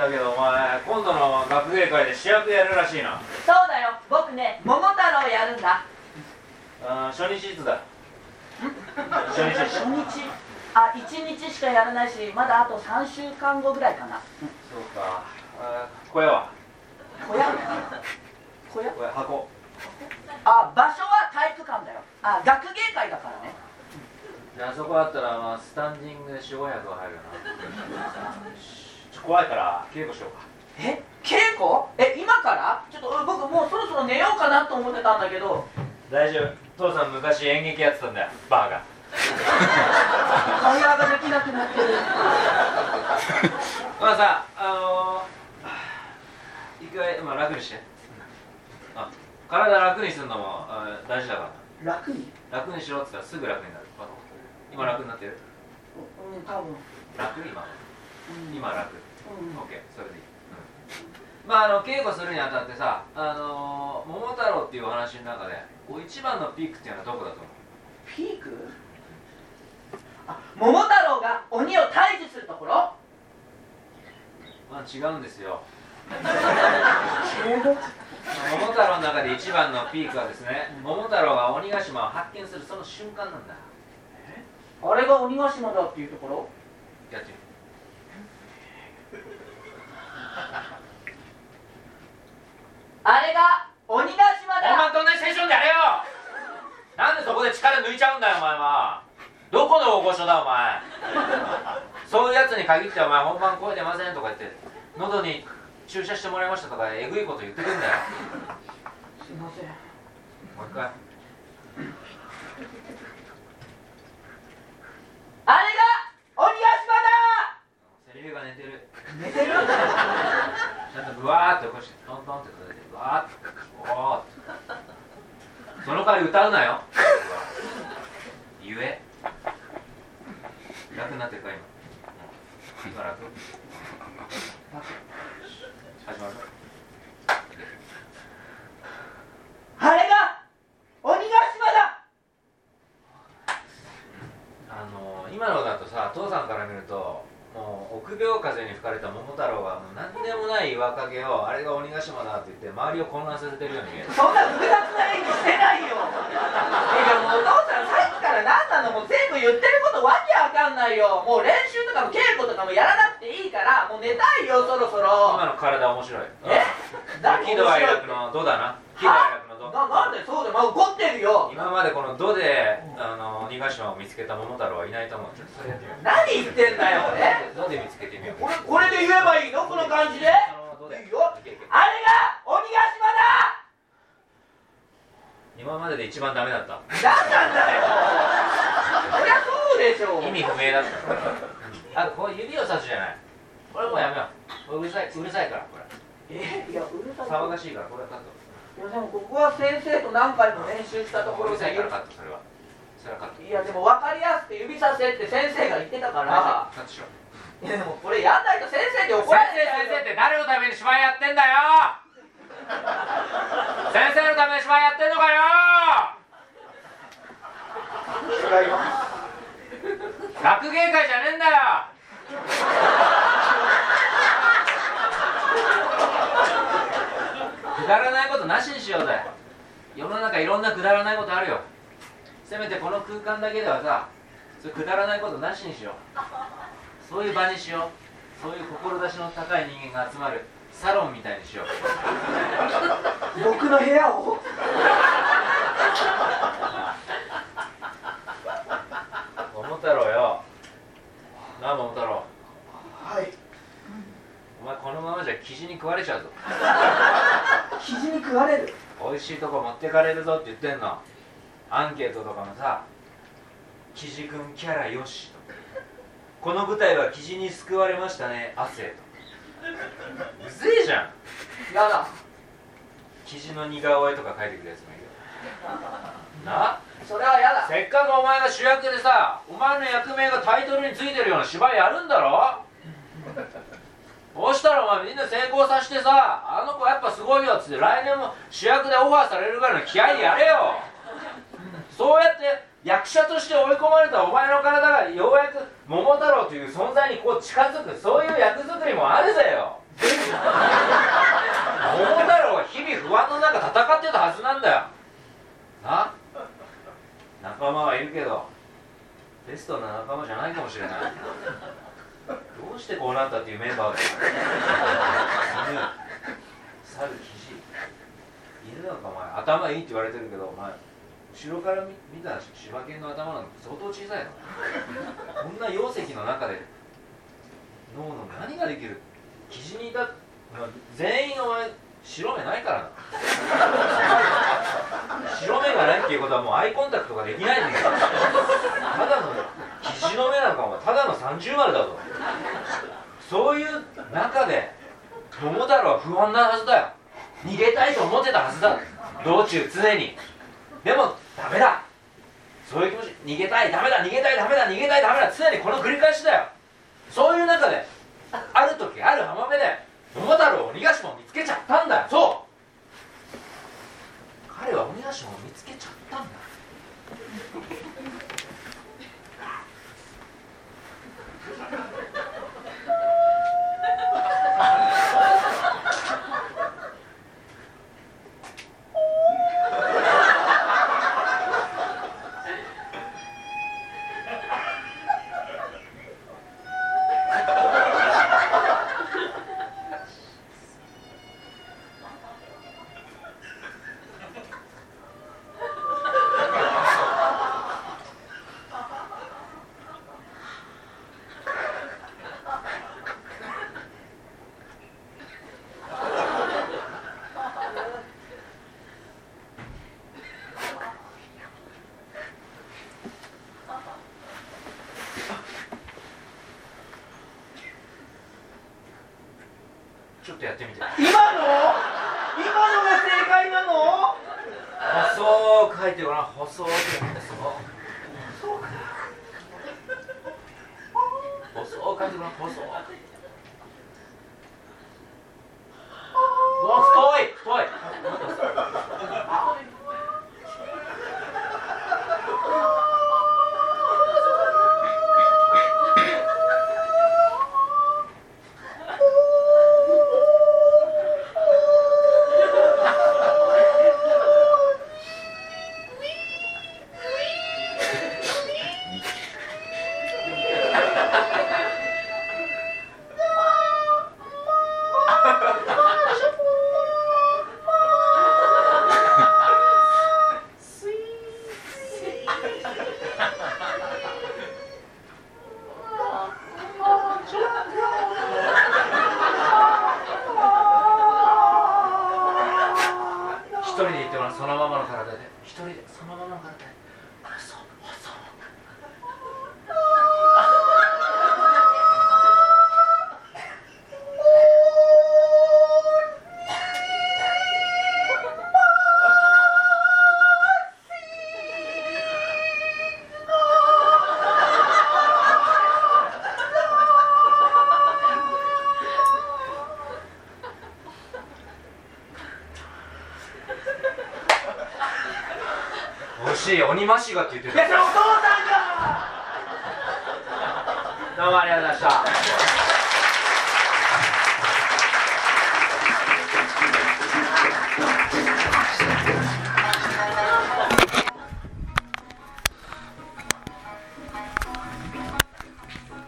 だけど、お前今度の学芸会で主役やるらしいな。 そうだよ、僕ね、桃太郎やるんだ。 初日いつだ？初日。 あ、1日しかやらないし、まだあと3週間後ぐらいかな。 そうか。小屋は？ 小屋？ 箱。 あ、場所は体育館だよ。あ、学芸会だからね。 じゃあそこだったら、まあ、スタンディングで4、500は入るな。怖いから稽古しようか。 稽古？今から？ちょっと僕もうそろそろ寝ようかなと思ってたんだけど。 大丈夫。父さん昔演劇やってたんだよ、バーが。 会話ができなくなってる。 まあさ、一回、楽にして。体楽にするのも大事だから。楽にしろって言ったらすぐ楽になる。今楽になってる？ 多分。 楽？今楽。オッケー、それでいい。まあ稽古するにあたってさ、桃太郎っていうお話の中で一番のピークっていうのはどこだと思う？ ピーク？桃太郎が鬼を退治するところ？ まあ違うんですよ。桃太郎の中で一番のピークはですね、桃太郎が鬼ヶ島を発見するその瞬間なんだ。 あれが鬼ヶ島だっていうところ？ やってみる。 あれが鬼ヶ島だ。 お前と同じテンションでやれよ。なんでそこで力抜いちゃうんだよ、お前は。どこの大御所だ、お前。そういうやつに限ってお前本番声出ませんとか言って喉に注射してもらいましたとかえぐいこと言ってくんだよ。 すいません。 もう一回。 あれが鬼ヶ島だ。 セリフが寝てる。 寝てる？ ちゃんとブワーって起こしてトントンって叩いてブワーっておーって。その代わり歌うなよ。言え。楽になってるか今。今楽？始まる。 あれが鬼ヶ島だ。 今のだとさ、父さんから見るともう臆病風に吹かれた桃太郎がもう何でもない岩陰をあれが鬼ヶ島だって言って周りを混乱させてるように見える。 そんな複雑な演技してないよ。もうお父さんさっきから何なの？もう全部言ってることわけわかんないよ。もう練習とかも稽古とかもやらなくていいからもう寝たいよ、そろそろ。 今の体面白い。喜怒哀楽のどだな。喜怒哀楽のど。 なんでそうで、怒ってるよ。 今までこのどで鬼ヶ島を見つけた桃太郎はいないと思う。ちょっとそれやってみよう。 何言ってんだよ。 どで見つけてみよう。 これで言えばいいの？この感じで。いいよ。あれが鬼ヶ島だ。 今までで一番ダメだった。 何なんだよ。そりゃそうでしょう。 意味不明だった。あとこう指をさすじゃない。これもうやめよう。うるさいからこれ。 いや、うるさい。 騒がしいからこれはカット。 いやでもここは先生と何回も練習したところで。 うるさいからカット。それはカット。 いやでも分かりやすく指させって先生が言ってたから。 カットしろ。 いやでもこれやんないと先生に怒られ先生って誰のために芝居やってんだよ。先生のために芝居やってんのかよ。 違います。 学芸会じゃねえんだよ。くだらないことなしにしようぜ。世の中いろんなくだらないことあるよ。せめてこの空間だけではさ、それくだらないことなしにしよう。そういう場にしよう。そういう志の高い人間が集まるサロンみたいにしよう。 僕の部屋を桃太郎よ。なあ桃太郎。 はい。 お前このままじゃキジに食われちゃうぞ。 キジに食われる？ 美味しいとこ持ってかれるぞって言ってんの。アンケートとかもさ、キジ君キャラよしと、この舞台はキジに救われましたね汗と。うぜえじゃん。 やだ。 キジの似顔絵とか描いてくるやつもいるよな。 それはやだ。 せっかくお前が主役でさ、お前の役名がタイトルについてるような芝居やるんだろ。そうしたらお前みんな成功させてさ、あの子やっぱすごいよっつって来年も主役でオファーされるぐらいの気合いでやれよ。そうやって役者として追い込まれたお前の体がようやく桃太郎という存在にこう近づく、そういう役作りもあるぜよ。 桃太郎は日々不安の中戦ってたはずなんだよな。仲間はいるけどベストな仲間じゃないかもしれない。どうしてこうなったっていうメンバーで犬、猿、キジ、犬なんかお前頭いいって言われてるけど、お前後ろから見た柴犬の頭なんか相当小さいの。こんな容積の中で脳の何ができる。キジにいた全員お前白目ないからな。白目がないっていうことはもうアイコンタクトができないんだよ。ただのキジの目なんかお前ただの30丸だぞ。そういう中で桃太郎は不安なはずだよ。逃げたいと思ってたはずだ、道中常に。でもダメだ、そういう気持ち、逃げたいダメだ、逃げたいダメだ、逃げたいダメだ、常にこの繰り返しだよ。そういう中である時ある浜辺で桃太郎を鬼ヶ島を見つけちゃったんだよ。そう、彼は鬼ヶ島を見つけちゃったんだ。ちょっとやってみて。 今のが正解なの？ 細く書いてごらん。細くやってそう。細く書いてごらん。細く。うわ、太い太い。一人で言ってもらう。そのままの体で。一人でそのままの体で。そうそう。惜しい、鬼マシガって言ってた。 いや、それお父さんが。 どうもありがとうございました。